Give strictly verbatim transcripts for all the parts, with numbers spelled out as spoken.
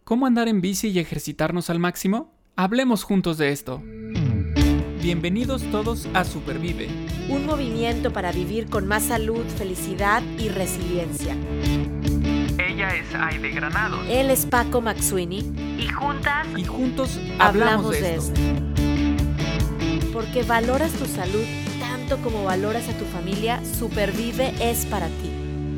¿Cómo andar en bici y ejercitarnos al máximo? Hablemos juntos de esto. Bienvenidos todos a Supervive. Un movimiento para vivir con más salud, felicidad y resiliencia. Ella es Aide Granados. Él es Paco Maxuini. Y juntas y juntos hablamos, hablamos de, de esto. esto. Porque valoras tu salud tanto como valoras a tu familia, Supervive es para ti.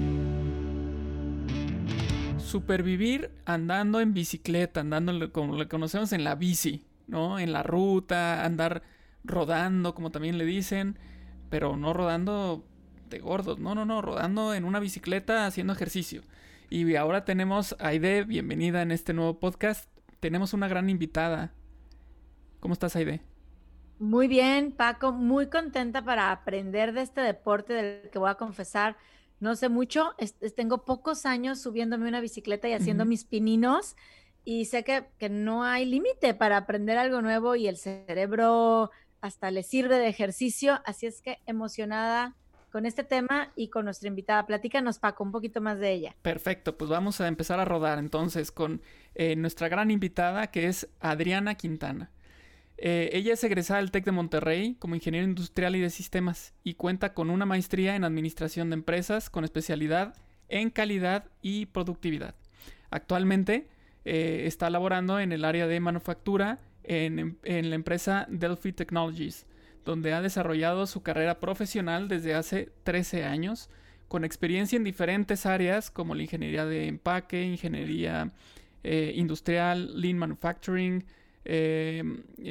Supervivir andando en bicicleta, andando como lo conocemos en la bici, ¿no? En la ruta, andar rodando, como también le dicen, pero no rodando de gordos, no, no, no, rodando en una bicicleta haciendo ejercicio. Y ahora tenemos a Aide, bienvenida en este nuevo podcast. Tenemos una gran invitada. ¿Cómo estás, Aide? Muy bien, Paco, muy contenta para aprender de este deporte del que voy a confesar. No sé mucho, es, es, tengo pocos años subiéndome una bicicleta y haciendo uh-huh. mis pininos y sé que, que no hay límite para aprender algo nuevo y el cerebro hasta le sirve de ejercicio, así es que emocionada con este tema y con nuestra invitada. Platícanos, Paco, un poquito más de ella. Perfecto, pues vamos a empezar a rodar entonces con eh, nuestra gran invitada que es Adriana Quintana. Eh, ella es egresada del TEC de Monterrey como ingeniero industrial y de sistemas y cuenta con una maestría en administración de empresas con especialidad en calidad y productividad. Actualmente eh, está laborando en el área de manufactura en, en la empresa Delphi Technologies, donde ha desarrollado su carrera profesional desde hace trece años, con experiencia en diferentes áreas como la ingeniería de empaque, ingeniería eh, industrial, lean manufacturing, Eh,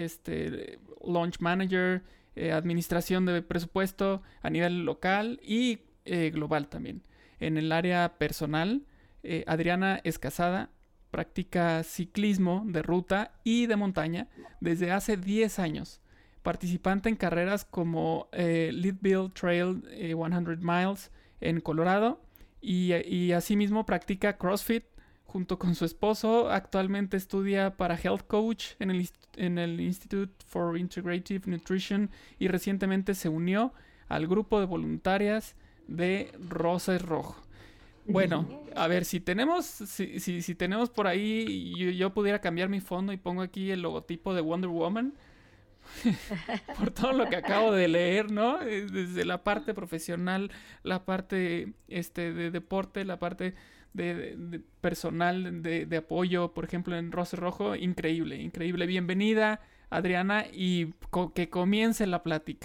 este, launch manager, eh, administración de presupuesto a nivel local y eh, global también. En el área personal, eh, Adriana es casada, practica ciclismo de ruta y de montaña desde hace diez años, participante en carreras como eh, Leadville Trail eh, cien miles en Colorado y, y asimismo practica CrossFit junto con su esposo. Actualmente estudia para Health Coach en el, en el Institute for Integrative Nutrition y recientemente se unió al grupo de voluntarias de Roses Rojo. Bueno, a ver, si tenemos si, si, si tenemos por ahí, yo, yo pudiera cambiar mi fondo y pongo aquí el logotipo de Wonder Woman por todo lo que acabo de leer, ¿no? Desde la parte profesional, la parte este de deporte, la parte De, de, de personal de, de apoyo, por ejemplo en Roses Rojo, increíble, increíble. Bienvenida, Adriana, y co- que comience la plática.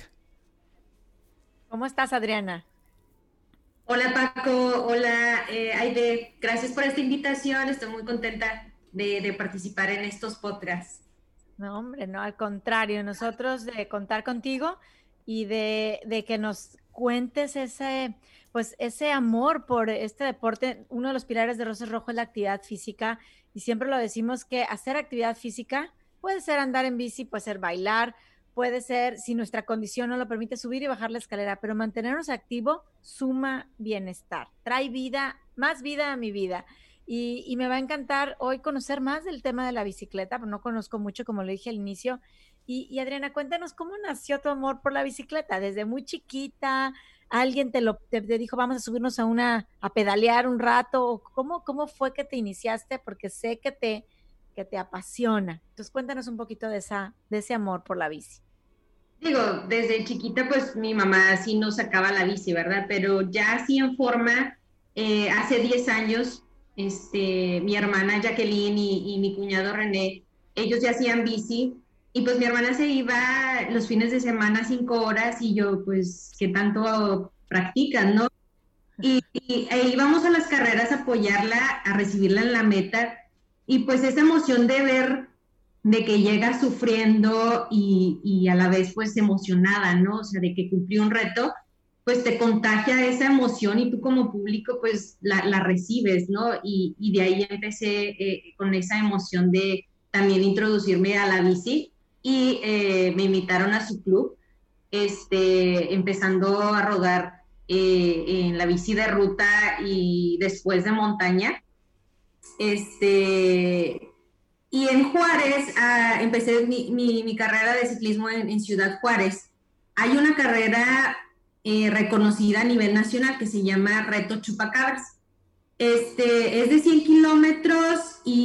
¿Cómo estás, Adriana? Hola, Paco, hola, eh, Aide, gracias por esta invitación, estoy muy contenta de, de participar en estos podcasts. No, hombre, no, al contrario, nosotros de contar contigo y de, de que nos cuentes ese, pues ese amor por este deporte. Uno de los pilares de Roses Rojo es la actividad física y siempre lo decimos que hacer actividad física puede ser andar en bici, puede ser bailar, puede ser, si nuestra condición no lo permite, subir y bajar la escalera, pero mantenernos activo suma bienestar, trae vida, más vida a mi vida. Y, y me va a encantar hoy conocer más del tema de la bicicleta, pero no conozco mucho, como lo dije al inicio. Y, y Adriana, cuéntanos cómo nació tu amor por la bicicleta. Desde muy chiquita, alguien te lo te, te dijo, vamos a subirnos a una, a pedalear un rato. ¿Cómo, cómo fue que te iniciaste? Porque sé que te, que te apasiona. Entonces cuéntanos un poquito de esa, de ese amor por la bici. Digo, desde chiquita, pues mi mamá sí nos sacaba la bici, ¿verdad? Pero ya así en forma, eh, hace diez años, este, mi hermana Jacqueline y, y mi cuñado René, ellos ya hacían bici. Y pues mi hermana se iba los fines de semana cinco horas y yo, pues, ¿qué tanto practican, no? Y, y e íbamos a las carreras a apoyarla, a recibirla en la meta. Y pues esa emoción de ver, de que llega sufriendo y, y a la vez pues emocionada, ¿no? O sea, de que cumplió un reto, pues te contagia esa emoción y tú como público pues la, la recibes, ¿no? Y, y de ahí empecé eh, con esa emoción de también introducirme a la bici. Y eh, me invitaron a su club, este, empezando a rodar eh, en la bici de ruta y después de montaña. Este, y en Juárez ah, empecé mi, mi, mi carrera de ciclismo en, en Ciudad Juárez. Hay una carrera eh, reconocida a nivel nacional que se llama Reto Chupacabras. Este, es de cien kilómetros y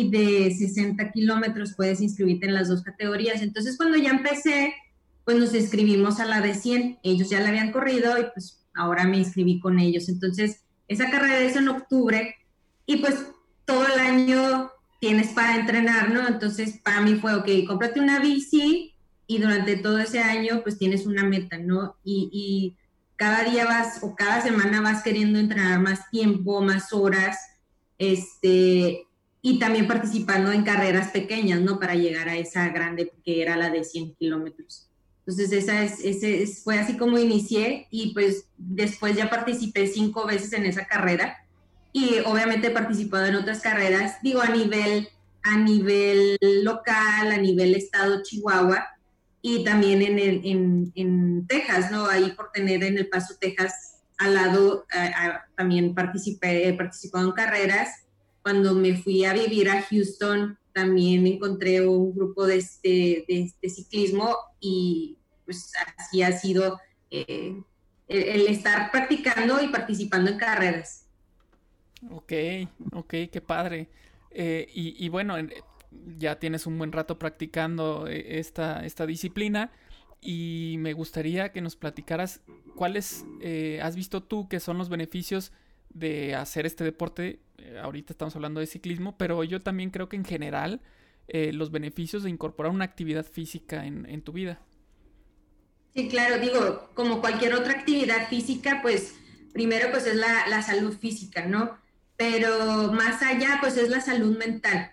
y de sesenta kilómetros, puedes inscribirte en las dos categorías. Entonces, cuando ya empecé, pues nos inscribimos a la de cien, ellos ya la habían corrido y pues ahora me inscribí con ellos. Entonces, esa carrera es en octubre y pues todo el año tienes para entrenar, ¿no? Entonces, para mí fue, ok, cómprate una bici y durante todo ese año pues tienes una meta, ¿no? Y, y cada día vas o cada semana vas queriendo entrenar más tiempo, más horas, este, y también participando en carreras pequeñas, ¿no? Para llegar a esa grande que era la de cien kilómetros. Entonces esa es, ese es, fue así como inicié y pues después ya participé cinco veces en esa carrera y obviamente he participado en otras carreras, digo a nivel, a nivel local, a nivel estado Chihuahua y también en, el, en, en Texas, ¿no? Ahí por tener en El Paso, Texas, al lado, eh, eh, también participé, he participado en carreras. Cuando me fui a vivir a Houston, también encontré un grupo de, este, de, de ciclismo y pues así ha sido eh, el, el estar practicando y participando en carreras. Ok, ok, qué padre. Eh, y, y bueno, ya tienes un buen rato practicando esta, esta disciplina y me gustaría que nos platicaras cuáles eh, has visto tú que son los beneficios de hacer este deporte. Eh, ahorita estamos hablando de ciclismo, pero yo también creo que en general eh, los beneficios de incorporar una actividad física en, en tu vida. Sí, claro, digo, como cualquier otra actividad física, pues primero pues es la, la salud física, ¿no? Pero más allá pues es la salud mental.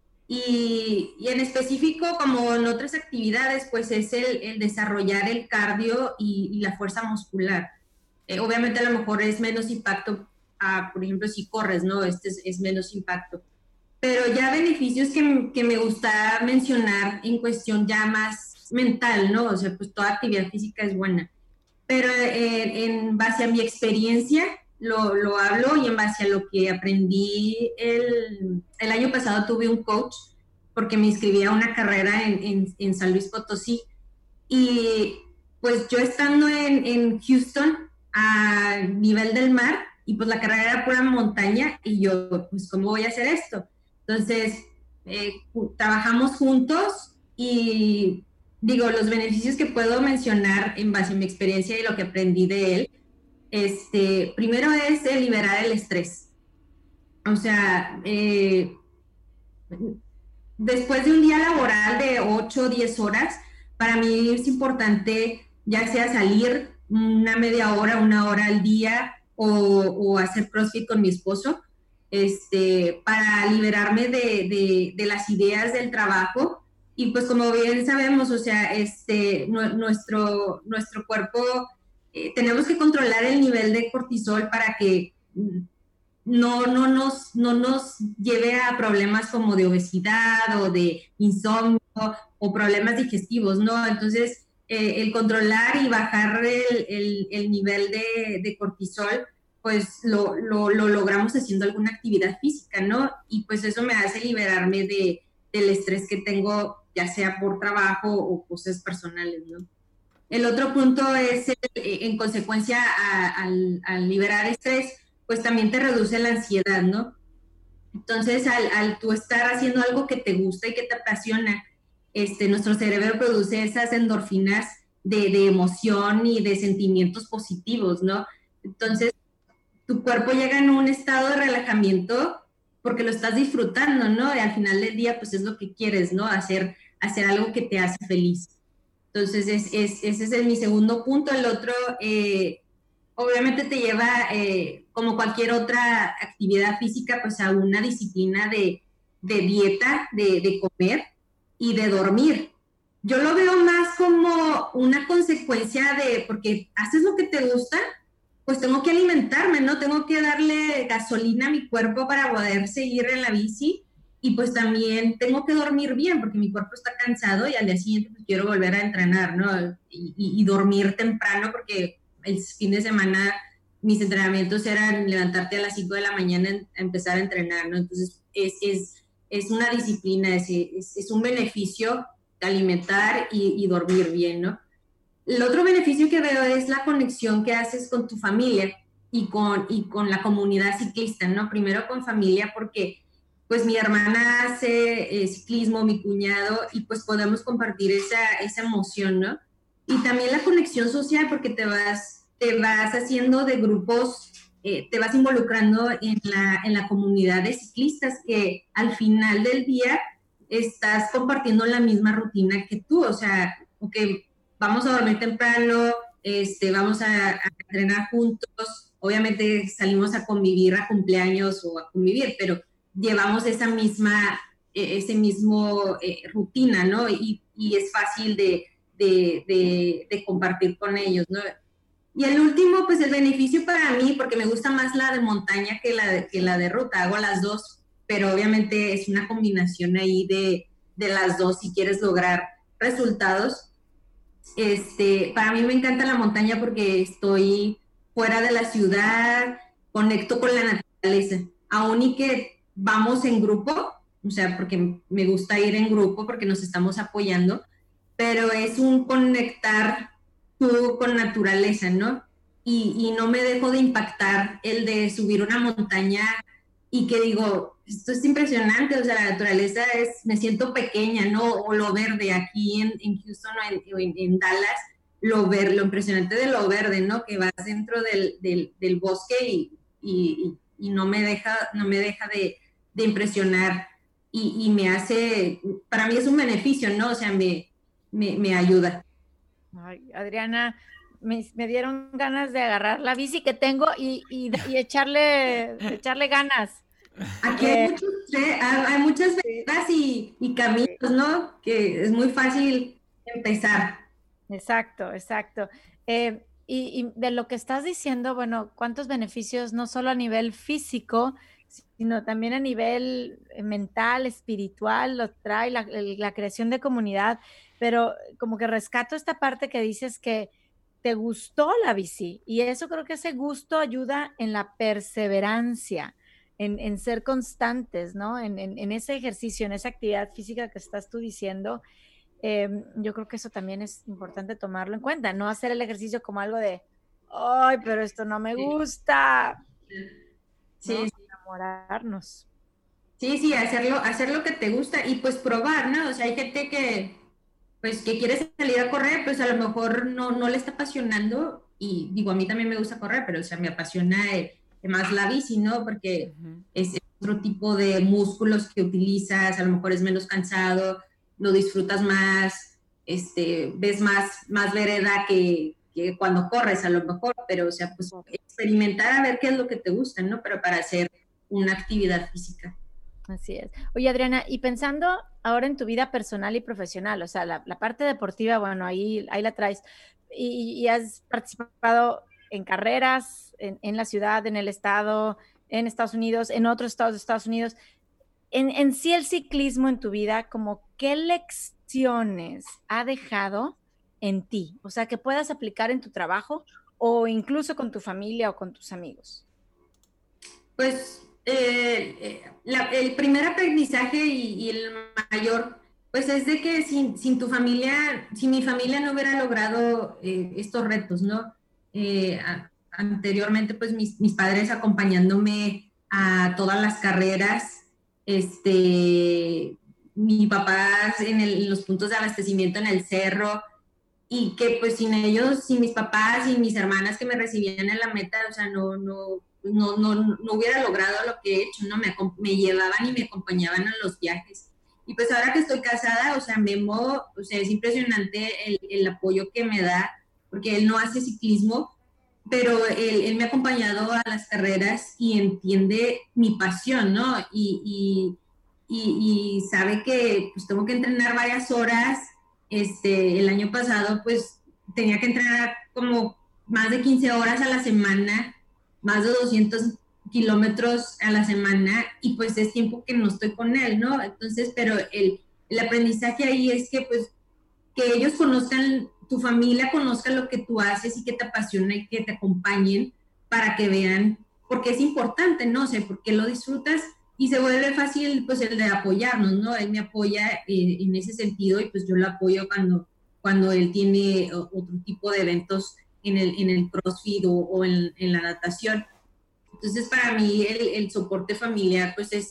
Y, y en específico, como en otras actividades, pues es el, el desarrollar el cardio y, y la fuerza muscular. Eh, obviamente a lo mejor es menos impacto, a, por ejemplo, si corres, ¿no? Este es, es menos impacto. Pero ya beneficios que, que me gusta mencionar en cuestión ya más mental, ¿no? O sea, pues toda actividad física es buena. Pero eh, en base a mi experiencia, lo, lo hablo y en base a lo que aprendí el, el año pasado tuve un coach porque me inscribí a una carrera en, en, en San Luis Potosí y pues yo estando en, en Houston a nivel del mar y pues la carrera era pura montaña y yo pues ¿cómo voy a hacer esto? Entonces eh, trabajamos juntos y digo, los beneficios que puedo mencionar en base a mi experiencia y lo que aprendí de él, este, primero es el liberar el estrés. O sea, eh, después de un día laboral de ocho o diez horas, para mí es importante ya sea salir una media hora, una hora al día o, o hacer CrossFit con mi esposo, este, para liberarme de, de, de las ideas del trabajo. Y pues como bien sabemos, o sea, este, nuestro, nuestro cuerpo, eh, tenemos que controlar el nivel de cortisol para que no, no, nos, no nos lleve a problemas como de obesidad o de insomnio o problemas digestivos, ¿no? Entonces, eh, el controlar y bajar el, el, el nivel de, de cortisol, pues lo, lo, lo logramos haciendo alguna actividad física, ¿no? Y pues eso me hace liberarme de, del estrés que tengo, ya sea por trabajo o cosas personales, ¿no? El otro punto es, el, en consecuencia, a, al, al liberar estrés, pues también te reduce la ansiedad, ¿no? Entonces, al, al tú estar haciendo algo que te gusta y que te apasiona, este, nuestro cerebro produce esas endorfinas de, de emoción y de sentimientos positivos, ¿no? Entonces, tu cuerpo llega en un estado de relajamiento porque lo estás disfrutando, ¿no? Y al final del día, pues es lo que quieres, ¿no? Hacer, hacer algo que te hace feliz. Entonces, es, es, ese es el, mi segundo punto. El otro, eh, obviamente te lleva, eh, como cualquier otra actividad física, pues a una disciplina de, de dieta, de, de comer y de dormir. Yo lo veo más como una consecuencia de, porque haces lo que te gusta, pues tengo que alimentarme, ¿no? Tengo que darle gasolina a mi cuerpo para poder seguir en la bici y pues también tengo que dormir bien porque mi cuerpo está cansado y al día siguiente pues quiero volver a entrenar, ¿no? Y, y, y dormir temprano porque el fin de semana mis entrenamientos eran levantarte a las cinco de la mañana a empezar a entrenar, ¿no? Entonces es, es, es una disciplina, es, es, es un beneficio de alimentar y, y dormir bien, ¿no? El otro beneficio que veo es la conexión que haces con tu familia y con, y con la comunidad ciclista, ¿no? Primero con familia porque pues mi hermana hace eh, ciclismo, mi cuñado, y pues podemos compartir esa, esa emoción, ¿no? Y también la conexión social, porque te vas, te vas haciendo de grupos, eh, te vas involucrando en la, en la comunidad de ciclistas, que al final del día estás compartiendo la misma rutina que tú, o sea, ok, vamos a dormir temprano, este, vamos a, a entrenar juntos, obviamente salimos a convivir a cumpleaños o a convivir, pero llevamos esa misma, eh, ese mismo eh, rutina, ¿no? Y, y es fácil de, de, de, de compartir con ellos, ¿no? Y el último, pues el beneficio para mí, porque me gusta más la de montaña que la de, que la de ruta, hago las dos, pero obviamente es una combinación ahí de, de las dos si quieres lograr resultados. Este, para mí me encanta la montaña porque estoy fuera de la ciudad, conecto con la naturaleza, aún y que vamos en grupo, o sea, porque me gusta ir en grupo porque nos estamos apoyando, pero es un conectar tú con naturaleza, ¿no? Y, y no me dejo de impactar el de subir una montaña y que digo, esto es impresionante, o sea, la naturaleza es, me siento pequeña, ¿no? O lo verde aquí en, en Houston o en, en, en Dallas, lo ver, lo impresionante de lo verde, ¿no? Que vas dentro del, del, del bosque y, y, y no me deja, no me deja de, de impresionar y, y me hace, para mí es un beneficio, ¿no? O sea, me, me, me ayuda. Ay, Adriana, me, me dieron ganas de agarrar la bici que tengo y, y, y echarle, echarle ganas. Aquí hay, eh, muchos, ¿eh? hay muchas veredas y, y caminos, ¿no? Que es muy fácil empezar. Exacto, exacto. Eh, y, y de lo que estás diciendo, bueno, cuántos beneficios, no solo a nivel físico, sino también a nivel mental, espiritual, lo trae la, la creación de comunidad, pero como que rescato esta parte que dices que te gustó la bici y eso creo que ese gusto ayuda en la perseverancia, en, en ser constantes, ¿no? En, en, en ese ejercicio, en esa actividad física que estás tú diciendo. Eh, yo creo que eso también es importante tomarlo en cuenta, no hacer el ejercicio como algo de, ay, pero esto no me gusta. Sí, ¿no? sí. Enamorarnos. Sí, sí, hacerlo, hacer lo que te gusta y pues probar, ¿no? O sea, hay gente que, pues, que quiere salir a correr, pues a lo mejor no, no le está apasionando y digo, a mí también me gusta correr, pero o sea, me apasiona eh, más la bici, ¿no? Porque uh-huh. es otro tipo de músculos que utilizas, a lo mejor es menos cansado, lo disfrutas más, este, ves más, más vereda que, que cuando corres a lo mejor, pero o sea, pues experimentar a ver qué es lo que te gusta, ¿no? Pero para hacer una actividad física. Así es. Oye, Adriana, y pensando ahora en tu vida personal y profesional, o sea, la, la parte deportiva, bueno, ahí, ahí la traes, y, y has participado en carreras en, en la ciudad, en el estado, en Estados Unidos, en otros estados de Estados Unidos. En, en sí el ciclismo en tu vida, como qué lecciones ha dejado en ti, o sea, que puedas aplicar en tu trabajo o incluso con tu familia o con tus amigos. Pues eh, la, el primer aprendizaje y, y el mayor, pues es de que sin, sin tu familia, si mi familia no hubiera logrado eh, estos retos, ¿no? Eh, a, anteriormente, pues mis, mis padres acompañándome a todas las carreras, este, mi papá en, el, en los puntos de abastecimiento en el cerro, y que pues sin ellos, sin mis papás y mis hermanas que me recibían en la meta, o sea, no, no, no, no, no hubiera logrado lo que he hecho, ¿no? Me, me llevaban y me acompañaban a los viajes. Y pues ahora que estoy casada, o sea, Memo, o sea, es impresionante el, el apoyo que me da, porque él no hace ciclismo, pero él, él me ha acompañado a las carreras y entiende mi pasión, ¿no? Y, y, y, y sabe que pues tengo que entrenar varias horas. Este, el año pasado, pues, tenía que entrenar como más de quince horas a la semana, más de doscientos kilómetros a la semana, y pues es tiempo que no estoy con él, ¿no? Entonces, pero el, el aprendizaje ahí es que, pues, que ellos conozcan, tu familia conozca lo que tú haces y que te apasiona y que te acompañen para que vean, porque es importante, ¿no? O sea, porque lo disfrutas y se vuelve fácil, pues, el de apoyarnos, ¿no? Él me apoya eh, en ese sentido y pues yo lo apoyo cuando, cuando él tiene otro tipo de eventos en el, en el CrossFit o, o en, en la natación. Entonces, para mí el, el soporte familiar, pues, es,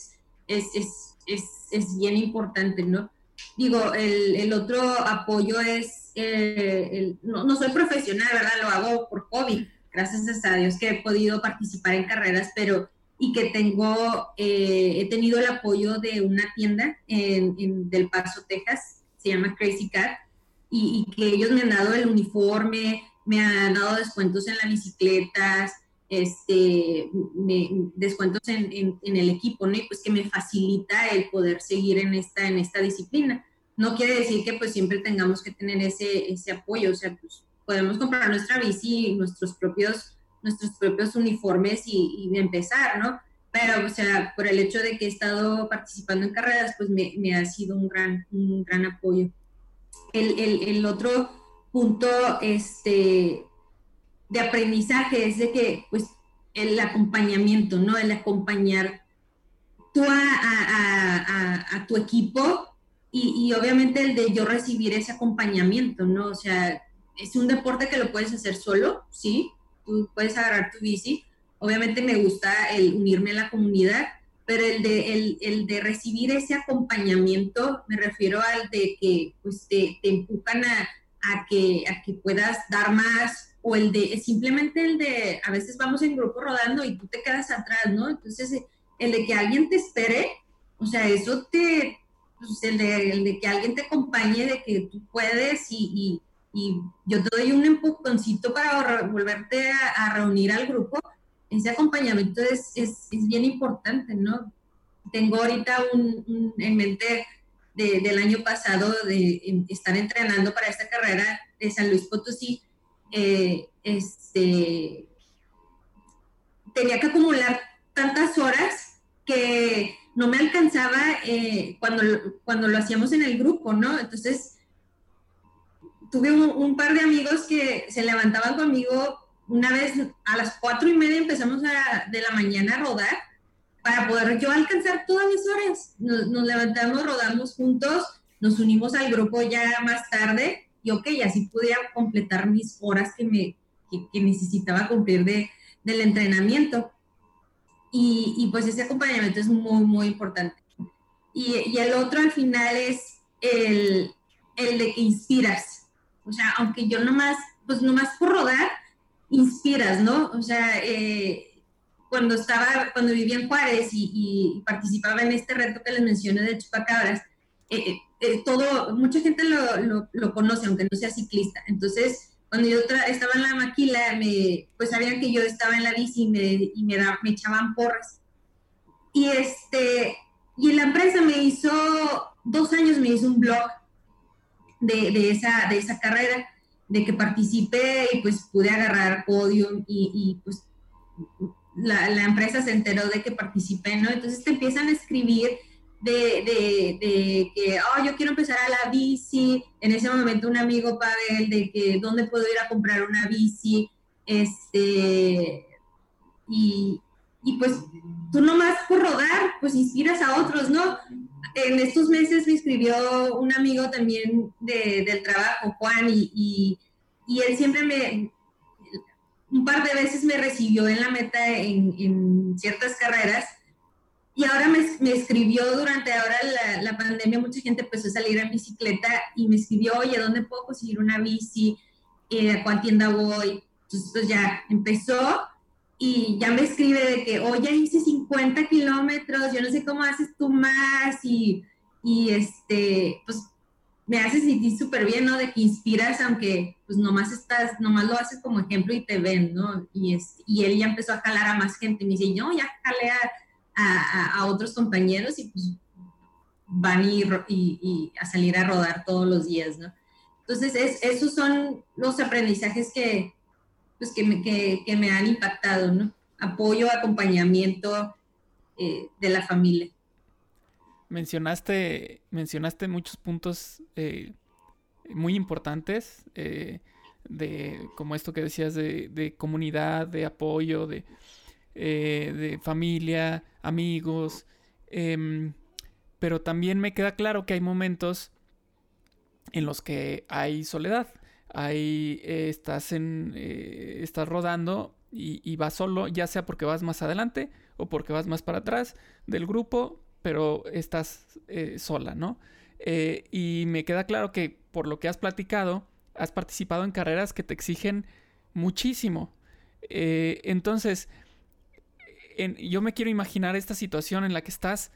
es, es, es, es bien importante, ¿no? Digo, el, el otro apoyo es, eh, el, no, no soy profesional, ¿verdad? Lo hago por hobby, gracias a Dios que he podido participar en carreras, pero y que tengo, eh, he tenido el apoyo de una tienda en, en Del Paso, Texas, se llama Crazy Cat, y, y que ellos me han dado el uniforme, me han dado descuentos en las bicicletas, este, me, descuentos en, en, en el equipo, ¿no? Y pues que me facilita el poder seguir en esta, en esta disciplina. No quiere decir que pues siempre tengamos que tener ese, ese apoyo, o sea, pues podemos comprar nuestra bici, nuestros propios, nuestros propios uniformes y, y empezar, ¿no? Pero, o sea, por el hecho de que he estado participando en carreras, pues me, me ha sido un gran, un gran apoyo. El, el, el otro punto, este, de aprendizaje es de que, pues, el acompañamiento, ¿no? El acompañar tú a, a, a, a tu equipo y, y obviamente el de yo recibir ese acompañamiento, ¿no? O sea, es un deporte que lo puedes hacer solo, ¿sí? Tú puedes agarrar tu bici. Obviamente me gusta el unirme a la comunidad, pero el de, el, el de recibir ese acompañamiento, me refiero al de que, pues, te, te empujan a, a, que, a que puedas dar más, o el de, simplemente el de, a veces vamos en grupo rodando y tú te quedas atrás, ¿no? Entonces, el de que alguien te espere, o sea, eso te, pues el de, el de que alguien te acompañe, de que tú puedes y, y, y yo te doy un empujoncito para volverte a, a reunir al grupo, ese acompañamiento es, es, es bien importante, ¿no? Tengo ahorita un, un en mente de, del año pasado de, de estar entrenando para esta carrera de San Luis Potosí. Eh, este, tenía que acumular tantas horas que no me alcanzaba eh, cuando, cuando lo hacíamos en el grupo, ¿no? Entonces, tuve un, un par de amigos que se levantaban conmigo una vez a las cuatro y media empezamos a, de la mañana a rodar para poder yo alcanzar todas mis horas. Nos, nos levantamos, rodamos juntos, nos unimos al grupo ya más tarde y ok, así pude completar mis horas que, me, que, que necesitaba cumplir de, del entrenamiento. Y, y pues ese acompañamiento es muy, muy importante. Y, y el otro al final es el, el de que inspiras. O sea, aunque yo nomás, pues nomás por rodar, inspiras, ¿no? O sea, eh, cuando estaba, cuando vivía en Juárez y, y participaba en este reto que les mencioné de Chupacabras, eh, eh, todo, mucha gente lo, lo, lo conoce, aunque no sea ciclista. Entonces, cuando yo estaba en la maquila, me, pues sabían que yo estaba en la bici y me, y me, da, me echaban porras. Y, este, y la empresa me hizo, dos años me hizo un blog de, de, esa, de esa carrera, de que participé y pues pude agarrar podium y, y pues la, la empresa se enteró de que participé, ¿no? Entonces te empiezan a escribir de, de, de que, oh, yo quiero empezar a la bici. En ese momento un amigo, Pavel, de que dónde puedo ir a comprar una bici, este, y, y pues tú nomás por rodar, pues inspiras a otros, ¿no? En estos meses me escribió un amigo también de, del trabajo, Juan, y, y, y él siempre me, un par de veces me recibió en la meta en, en ciertas carreras. Y ahora me, me escribió durante ahora la, la pandemia, mucha gente empezó a salir en bicicleta y me escribió, oye, ¿dónde puedo conseguir una bici? Eh, ¿A cuál tienda voy? Entonces, pues ya empezó y ya me escribe de que, oye, hice cincuenta kilómetros, yo no sé cómo haces tú más y, y este, pues me hace sentir súper bien, ¿no? De que inspiras, aunque pues nomás estás, nomás lo haces como ejemplo y te ven, ¿no? Y, es, y él ya empezó a jalar a más gente, me dice, no, ya jalé a A, a otros compañeros y pues van y, y, y a salir a rodar todos los días, ¿no? Entonces, es, esos son los aprendizajes que, pues, que, me, que, que me han impactado, ¿no? Apoyo, acompañamiento eh, de la familia. Mencionaste, mencionaste muchos puntos eh, muy importantes, eh, de, como esto que decías de, de comunidad, de apoyo, de... Eh, de familia, amigos, eh, pero también me queda claro que hay momentos en los que hay soledad, hay, eh, estás, en, eh, estás rodando y, y vas solo, ya sea porque vas más adelante o porque vas más para atrás del grupo, pero estás eh, sola, ¿no? Eh, y me queda claro que por lo que has platicado, has participado en carreras que te exigen muchísimo. Eh, entonces, en, yo me quiero imaginar esta situación en la que estás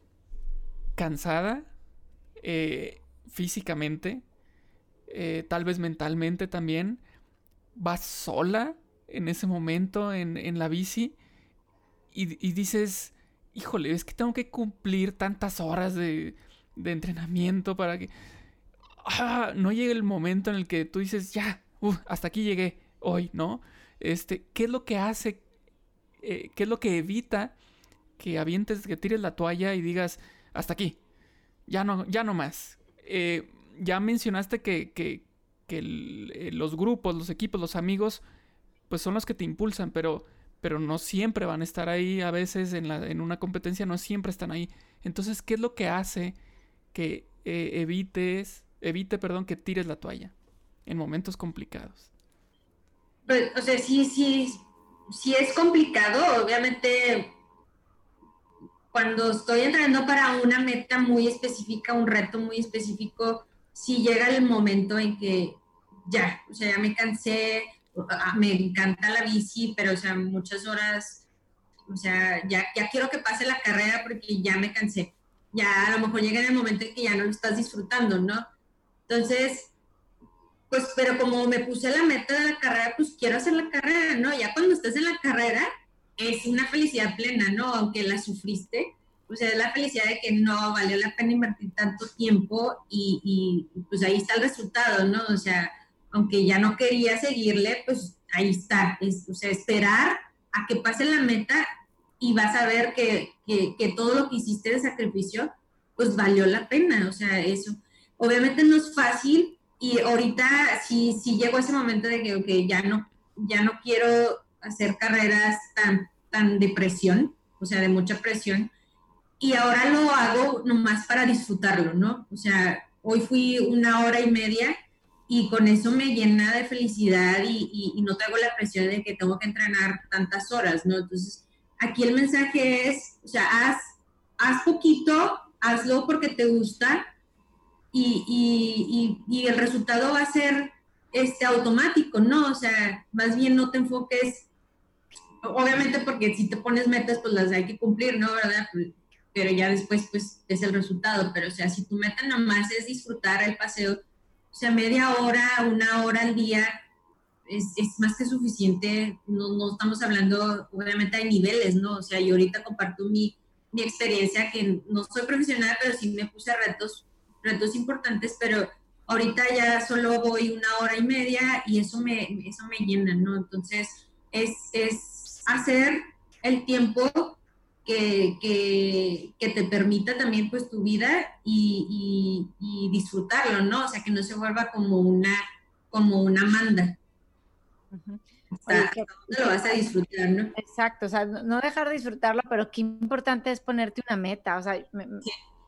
cansada, eh, físicamente, eh, tal vez mentalmente también, vas sola en ese momento en, en la bici y, y dices, híjole, es que tengo que cumplir tantas horas de, de entrenamiento para que ah, no llegue el momento en el que tú dices, ya, uh, hasta aquí llegué hoy, ¿no? Este, ¿qué es lo que hace, eh, qué es lo que evita que avientes, que tires la toalla y digas, hasta aquí, ya no, ya no más? Eh, ya mencionaste que, que, que el, eh, los grupos, los equipos, los amigos, pues son los que te impulsan, pero, pero no siempre van a estar ahí. A veces en, la, en una competencia no siempre están ahí. Entonces, ¿qué es lo que hace que eh, evites, evite, perdón, que tires la toalla en momentos complicados? Pues, o sea, sí, sí, sí es complicado, obviamente. Cuando estoy entrenando para una meta muy específica, un reto muy específico, sí llega el momento en que ya, o sea, ya me cansé, me encanta la bici, pero, o sea, muchas horas, o sea, ya, ya quiero que pase la carrera porque ya me cansé. Ya a lo mejor llega en el momento en que ya no lo estás disfrutando, ¿no? Entonces, pues, pero como me puse la meta de la carrera, pues quiero hacer la carrera, ¿no? Ya cuando estás en la carrera, es una felicidad plena, ¿no? Aunque la sufriste, o sea, es la felicidad de que no valió la pena invertir tanto tiempo y, y pues ahí está el resultado, ¿no? O sea, aunque ya no quería seguirle, pues ahí está. Es, o sea, esperar a que pase la meta y vas a ver que, que, que todo lo que hiciste de sacrificio, pues valió la pena, o sea, eso. Obviamente no es fácil y ahorita sí, sí llegó ese momento de que, okay, ya no, ya no quiero hacer carreras tan, tan de presión, o sea, de mucha presión, y ahora lo hago nomás para disfrutarlo, ¿no? O sea, hoy fui una hora y media y con eso me llena de felicidad y, y, y no traigo la presión de que tengo que entrenar tantas horas, ¿no? Entonces, aquí el mensaje es, o sea, haz, haz poquito, hazlo porque te gusta y, y, y, y el resultado va a ser este, automático, ¿no? O sea, más bien no te enfoques, obviamente porque si te pones metas, pues las hay que cumplir, ¿no? ¿Verdad? Pero ya después, pues, es el resultado. Pero, o sea, si tu meta nomás es disfrutar el paseo, o sea, media hora, una hora al día, es, es más que suficiente. No, no estamos hablando, obviamente hay niveles, ¿no? O sea, yo ahorita comparto mi, mi experiencia, que no soy profesional, pero sí me puse retos, retos importantes, pero ahorita ya solo voy una hora y media y eso me, eso me llena, ¿no? Entonces, es, es hacer el tiempo que, que, que te permita también, pues, tu vida y, y, y disfrutarlo, ¿no? O sea, que no se vuelva como una, como una manda. Uh-huh. Hasta, Oye, hasta dónde lo vas a disfrutar, ¿no? Exacto, o sea, no dejar de disfrutarlo, pero qué importante es ponerte una meta, o sea, me, sí.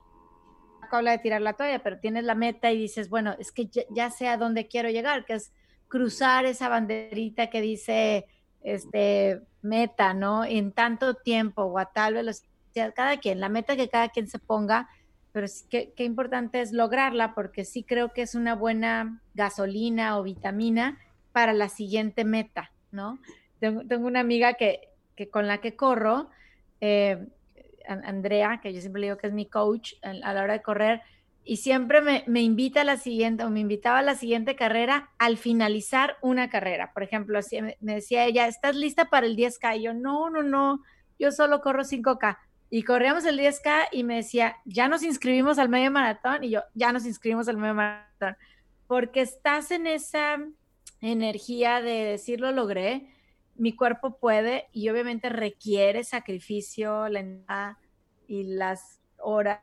habla de tirar la toalla, pero tienes la meta y dices, bueno, es que ya, ya sé a dónde quiero llegar, que es cruzar esa banderita que dice, este, meta, ¿no? En tanto tiempo o a tal velocidad, cada quien, la meta que cada quien se ponga, pero sí, qué, qué importante es lograrla, porque sí creo que es una buena gasolina o vitamina para la siguiente meta, ¿no? Tengo, tengo una amiga que, que con la que corro, eh, Andrea, que yo siempre le digo que es mi coach a la hora de correr, y siempre me, me invita a la siguiente, o me invitaba a la siguiente carrera al finalizar una carrera. Por ejemplo, así me, me decía ella, ¿estás lista para el diez K? Y yo, no, no, no, yo solo corro cinco K. Y corríamos el diez K y me decía, ya nos inscribimos al medio maratón, y yo, ya nos inscribimos al medio maratón. Porque estás en esa energía de decir, lo logré, mi cuerpo puede, y obviamente requiere sacrificio, la y las horas,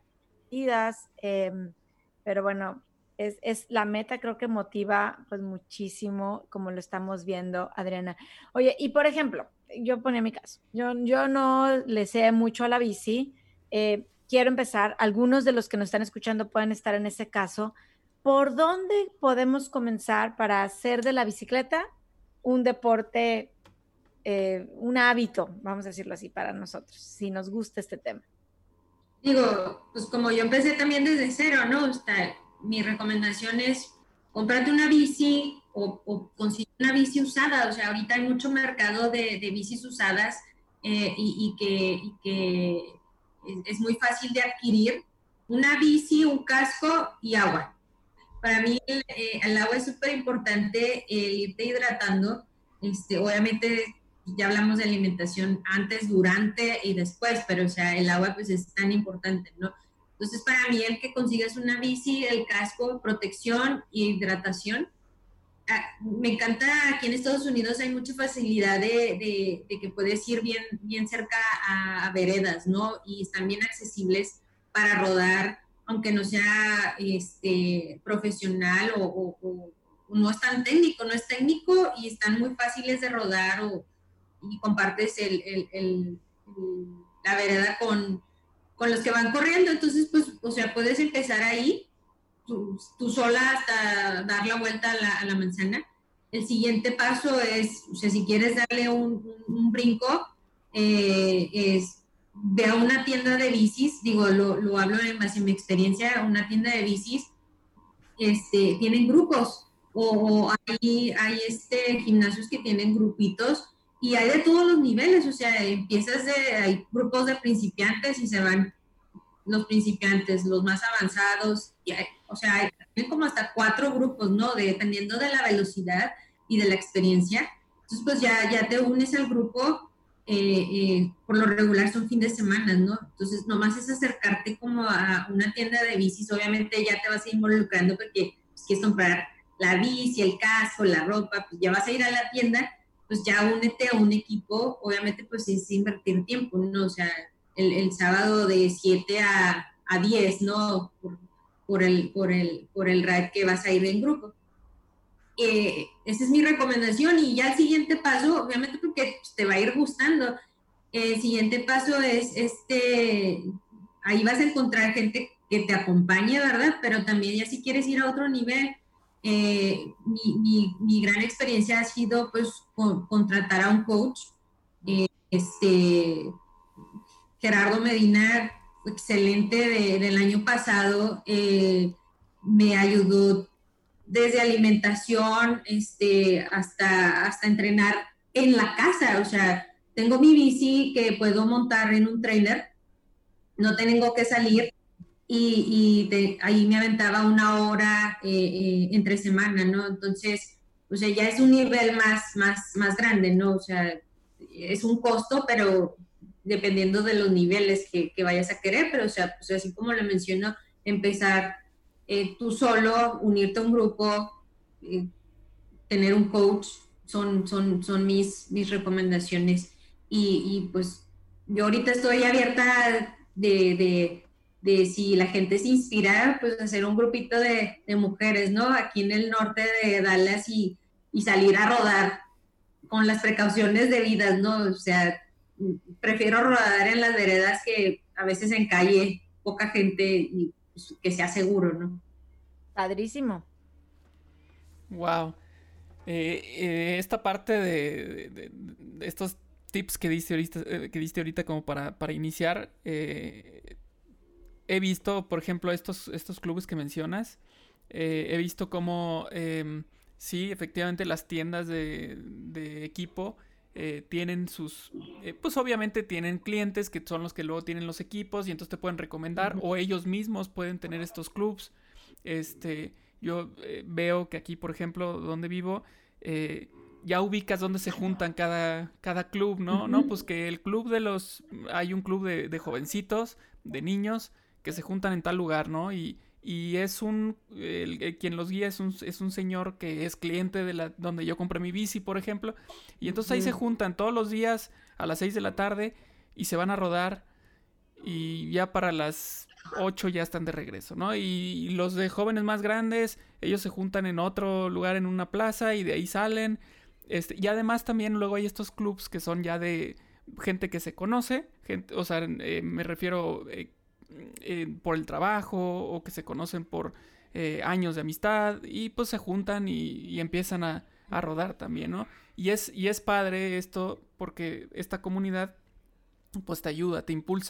eh, pero bueno, es, es la meta, creo que motiva pues muchísimo, como lo estamos viendo, Adriana. Oye, y por ejemplo, yo ponía mi caso, yo, yo no le sé mucho a la bici, eh, quiero empezar, algunos de los que nos están escuchando pueden estar en ese caso. ¿Por dónde podemos comenzar para hacer de la bicicleta un deporte, eh, un hábito, vamos a decirlo así, para nosotros, si nos gusta este tema? Digo, pues como yo empecé también desde cero, ¿no? O sea, mi recomendación es cómprate una bici o, o consigue una bici usada. O sea, ahorita hay mucho mercado de, de bicis usadas eh, y, y, que, y que es, es muy fácil de adquirir. Una bici, un casco y agua. Para mí el, eh, el agua es súper importante, el irte hidratando. Este, obviamente ya hablamos de alimentación antes, durante y después, pero o sea, el agua pues es tan importante, ¿no? Entonces para mí el que consigas una bici, el casco, protección y hidratación. Ah, me encanta, aquí en Estados Unidos hay mucha facilidad de, de, de que puedes ir bien, bien cerca a, a veredas, ¿no? Y están bien accesibles para rodar, aunque no sea este, profesional o, o, o, no es tan técnico, no es técnico y están muy fáciles de rodar o, y compartes el, el, el, el, la vereda con, con los que van corriendo. Entonces, pues, o sea, puedes empezar ahí Tú, tú, sola hasta dar la vuelta a la, a la manzana. El siguiente paso es, o sea, si quieres darle un, un, un brinco, eh, es ve a una tienda de bicis, digo, lo, lo hablo en base a mi experiencia, una tienda de bicis, este, tienen grupos, o, o hay, hay este, gimnasios que tienen grupitos, y hay de todos los niveles, o sea, empiezas de, hay grupos de principiantes y se van los principiantes, los más avanzados, y hay, o sea, hay como hasta cuatro grupos, ¿no? De, dependiendo de la velocidad y de la experiencia. Entonces, pues ya, ya te unes al grupo, eh, eh, por lo regular son fin de semana, ¿no? Entonces, nomás es acercarte como a una tienda de bicis, obviamente ya te vas a ir involucrando porque pues, quieres comprar la bici, el casco, la ropa, pues ya vas a ir a la tienda, pues ya únete a un equipo, obviamente pues es invertir tiempo, ¿no? O sea, el, el sábado de siete a, a diez, ¿no? Por, por, el, por, el, por el ride que vas a ir en grupo. Eh, esa es mi recomendación y ya el siguiente paso, obviamente porque te va a ir gustando, el siguiente paso es, este, ahí vas a encontrar gente que te acompañe, ¿verdad? Pero también ya si quieres ir a otro nivel, eh, mi, mi, mi gran experiencia ha sido pues con, contratar a un coach, eh, este... Gerardo Medina, excelente de, del año pasado, eh, me ayudó desde alimentación este, hasta, hasta entrenar en la casa. O sea, tengo mi bici que puedo montar en un trailer, no tengo que salir y, y de, ahí me aventaba una hora eh, eh, entre semana, ¿no? Entonces, o sea, ya es un nivel más, más, más grande, ¿no? O sea, es un costo, pero dependiendo de los niveles que, que vayas a querer, pero o sea, pues así como le menciono, empezar eh, tú solo, unirte a un grupo, eh, tener un coach, son, son, son mis, mis recomendaciones. Y, y pues yo ahorita estoy abierta de, de, de si la gente se inspira, pues hacer un grupito de, de mujeres, ¿no? Aquí en el norte de Dallas y, y salir a rodar con las precauciones debidas, ¿no? O sea, prefiero rodar en las veredas que a veces en calle, poca gente y pues, que sea seguro, ¿no? Padrísimo. Wow. Eh, eh, esta parte de, de, de estos tips que diste ahorita, eh, que diste ahorita como para, para iniciar, eh, he visto, por ejemplo, estos, estos clubes que mencionas, eh, he visto como, eh, sí, efectivamente las tiendas de, de equipo eh, tienen sus, eh, pues obviamente tienen clientes que son los que luego tienen los equipos y entonces te pueden recomendar, uh-huh. o ellos mismos pueden tener estos clubs. Este, yo eh, veo que aquí, por ejemplo, donde vivo, eh, ya ubicas dónde se juntan cada, cada club, ¿no? Uh-huh. ¿no? Pues que el club de los, hay un club de, de jovencitos, de niños, que se juntan en tal lugar, ¿no? Y, y es un, el, el, quien los guía es un, es un señor que es cliente de la, donde yo compré mi bici, por ejemplo, y entonces ahí uh-huh. se juntan todos los días a las seis de la tarde y se van a rodar y ya para las ocho ya están de regreso, ¿no? Y, y los de jóvenes más grandes, ellos se juntan en otro lugar en una plaza y de ahí salen, este, y además también luego hay estos clubs que son ya de gente que se conoce, gente, o sea, eh, me refiero... Eh, Eh, por el trabajo o que se conocen por eh, años de amistad y pues se juntan y, y empiezan a, a rodar también, ¿no? Y es, y es padre esto porque esta comunidad pues te ayuda, te impulsa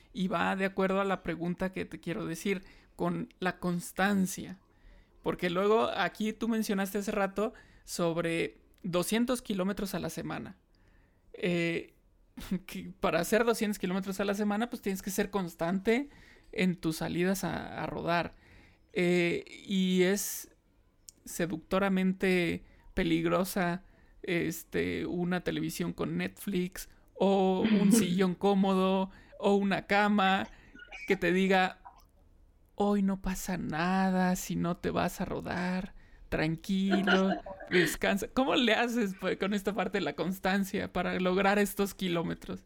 y va de acuerdo a la pregunta que te quiero decir, con la constancia. Porque luego aquí tú mencionaste hace rato sobre doscientos kilómetros a la semana. Eh, que para hacer doscientos kilómetros a la semana, pues tienes que ser constante en tus salidas a, a rodar. Eh, y es seductoramente peligrosa este, una televisión con Netflix o un sillón cómodo o una cama que te diga, hoy no pasa nada si no te vas a rodar, tranquilo, descansa. ¿Cómo le haces pues, con esta parte de la constancia para lograr estos kilómetros?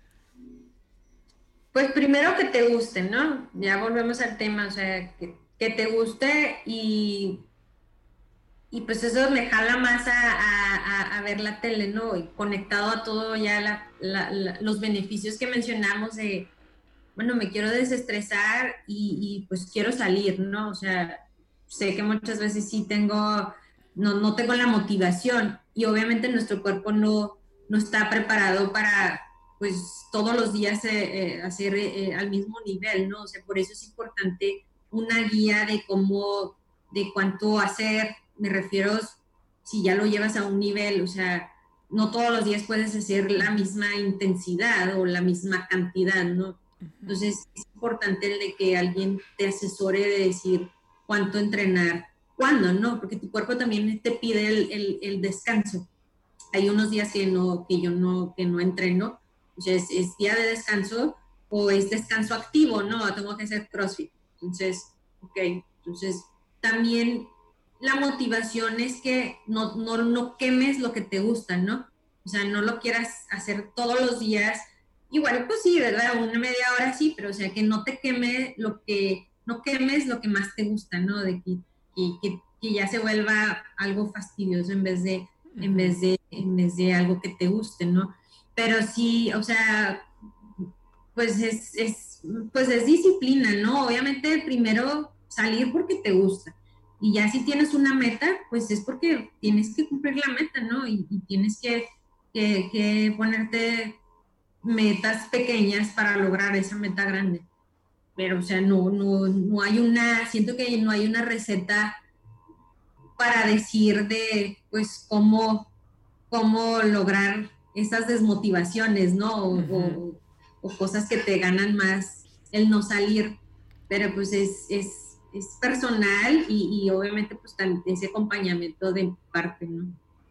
Pues primero que te guste, ¿no? Ya volvemos al tema, o sea, que, que te guste y, y pues eso me jala más a, a, a ver la tele, ¿no? Y conectado a todo ya la, la, la, los beneficios que mencionamos de, bueno, me quiero desestresar y, y pues quiero salir, ¿no? O sea, sé que muchas veces sí tengo, no, no tengo la motivación y obviamente nuestro cuerpo no, no está preparado para pues todos los días eh, eh, hacer eh, al mismo nivel, ¿no? O sea, por eso es importante una guía de cómo, de cuánto hacer, me refiero si ya lo llevas a un nivel, o sea, no todos los días puedes hacer la misma intensidad o la misma cantidad, ¿no? Entonces es importante el de que alguien te asesore de decir cuánto entrenar, cuándo, ¿no? Porque tu cuerpo también te pide el, el, el descanso. Hay unos días que, no, que yo no, que no entreno, entonces es día de descanso o es descanso activo, ¿no? Tengo que hacer CrossFit. Entonces, ok, entonces también la motivación es que no, no, no quemes lo que te gusta, ¿no? O sea, no lo quieras hacer todos los días. Igual, pues sí, ¿verdad? Una media hora sí, pero o sea, que no te queme lo que, no quemes lo que más te gusta, ¿no? De que, que, que, que ya se vuelva algo fastidioso en vez de, uh-huh. en vez de, en vez de algo que te guste, ¿no? Pero sí, o sea, pues es, es, pues es disciplina, ¿no? Obviamente primero salir porque te gusta. Y ya si tienes una meta, pues es porque tienes que cumplir la meta, ¿no? Y, y tienes que, que, que ponerte metas pequeñas para lograr esa meta grande. Pero, o sea, no, no, no hay una, siento que no hay una receta para decir de, pues, cómo, cómo lograr esas desmotivaciones, ¿no? O, uh-huh. o, o cosas que te ganan más el no salir. Pero, pues, es, es, es personal y, y obviamente, pues, ese acompañamiento de parte, ¿no?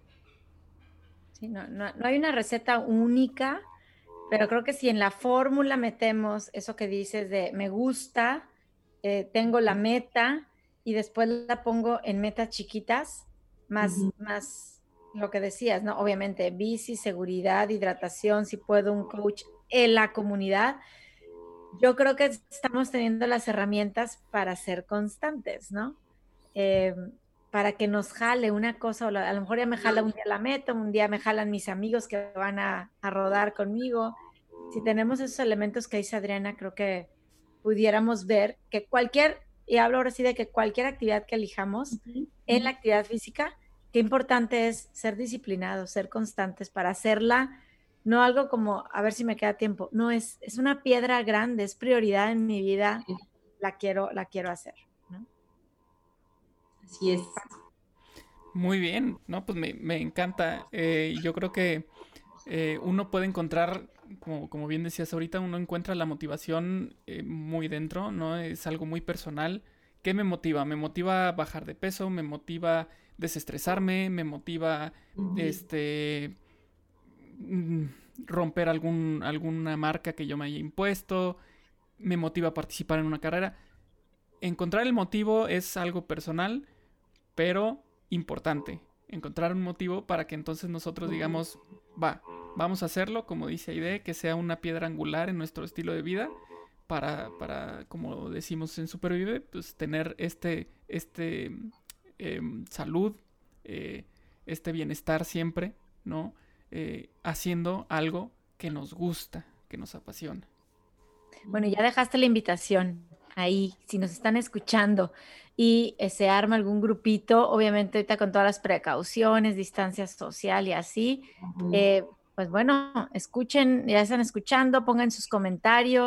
Sí, no, no, no hay una receta única. Pero creo que si en la fórmula metemos eso que dices de me gusta, eh, tengo la meta y después la pongo en metas chiquitas, más, uh-huh. más lo que decías, ¿no? Obviamente, bici, seguridad, hidratación, si puedo un coach en la comunidad. Yo creo que estamos teniendo las herramientas para ser constantes, ¿no? Eh, para que nos jale una cosa, o la, a lo mejor ya me jala un día la meta, un día me jalan mis amigos que van a, a rodar conmigo. Si tenemos esos elementos que dice Adriana, creo que pudiéramos ver que cualquier, y hablo ahora sí de que cualquier actividad que elijamos uh-huh. en la actividad física, qué importante es ser disciplinados, ser constantes para hacerla, no algo como, a ver si me queda tiempo, no, es, es una piedra grande, es prioridad en mi vida, la quiero, la quiero hacer, ¿no? Así es. Muy bien, no, pues me, me encanta. Eh, yo creo que eh, uno puede encontrar, como, como bien decías ahorita, uno encuentra la motivación eh, muy dentro, ¿no? Es algo muy personal. ¿Qué me motiva? Me motiva bajar de peso, me motiva desestresarme, me motiva uh-huh. este romper algún, alguna marca que yo me haya impuesto, me motiva a participar en una carrera. Encontrar el motivo es algo personal, pero importante. Encontrar un motivo para que entonces nosotros digamos, va, vamos a hacerlo, como dice Aide, que sea una piedra angular en nuestro estilo de vida para, para como decimos en Supervive, pues tener este, este eh, salud, eh, este bienestar siempre, ¿no? Eh, haciendo algo que nos gusta, que nos apasiona. Bueno, ya dejaste la invitación ahí, si nos están escuchando y eh, se arma algún grupito, obviamente ahorita con todas las precauciones, distancia social y así, uh-huh. eh, pues bueno, escuchen, ya están escuchando, pongan sus comentarios,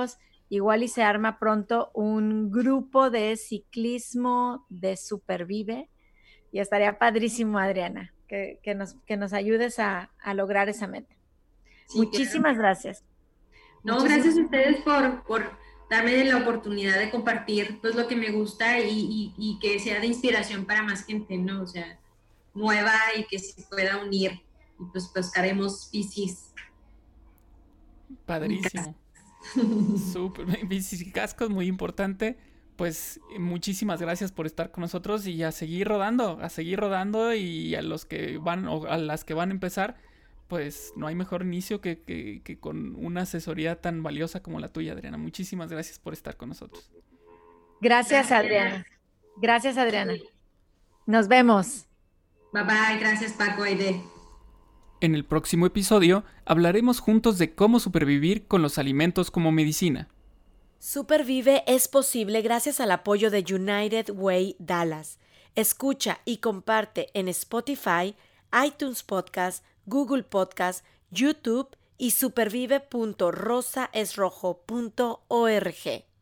igual y se arma pronto un grupo de ciclismo de Supervive y estaría padrísimo, Adriana, que, que, nos, que nos ayudes a, a lograr esa meta. Sí, Muchísimas claro. gracias. No, Muchísimas gracias a ustedes por, por darme la oportunidad de compartir pues lo que me gusta y, y, y que sea de inspiración para más gente, ¿no? O sea, nueva y que se pueda unir y pues buscaremos bicis. Padrísimo. Súper. Bicis y cascos, muy importante. Pues muchísimas gracias por estar con nosotros y a seguir rodando, a seguir rodando y a los que van o a las que van a empezar, pues no hay mejor inicio que, que, que con una asesoría tan valiosa como la tuya, Adriana. Muchísimas gracias por estar con nosotros. Gracias, Adriana. Gracias, Adriana. Nos vemos. Bye bye, gracias Paco, Aide. En el próximo episodio hablaremos juntos de cómo supervivir con los alimentos como medicina. Supervive es posible gracias al apoyo de United Way Dallas. Escucha y comparte en Spotify, iTunes Podcast, Google Podcast, YouTube y supervive punto rosa es rojo punto org.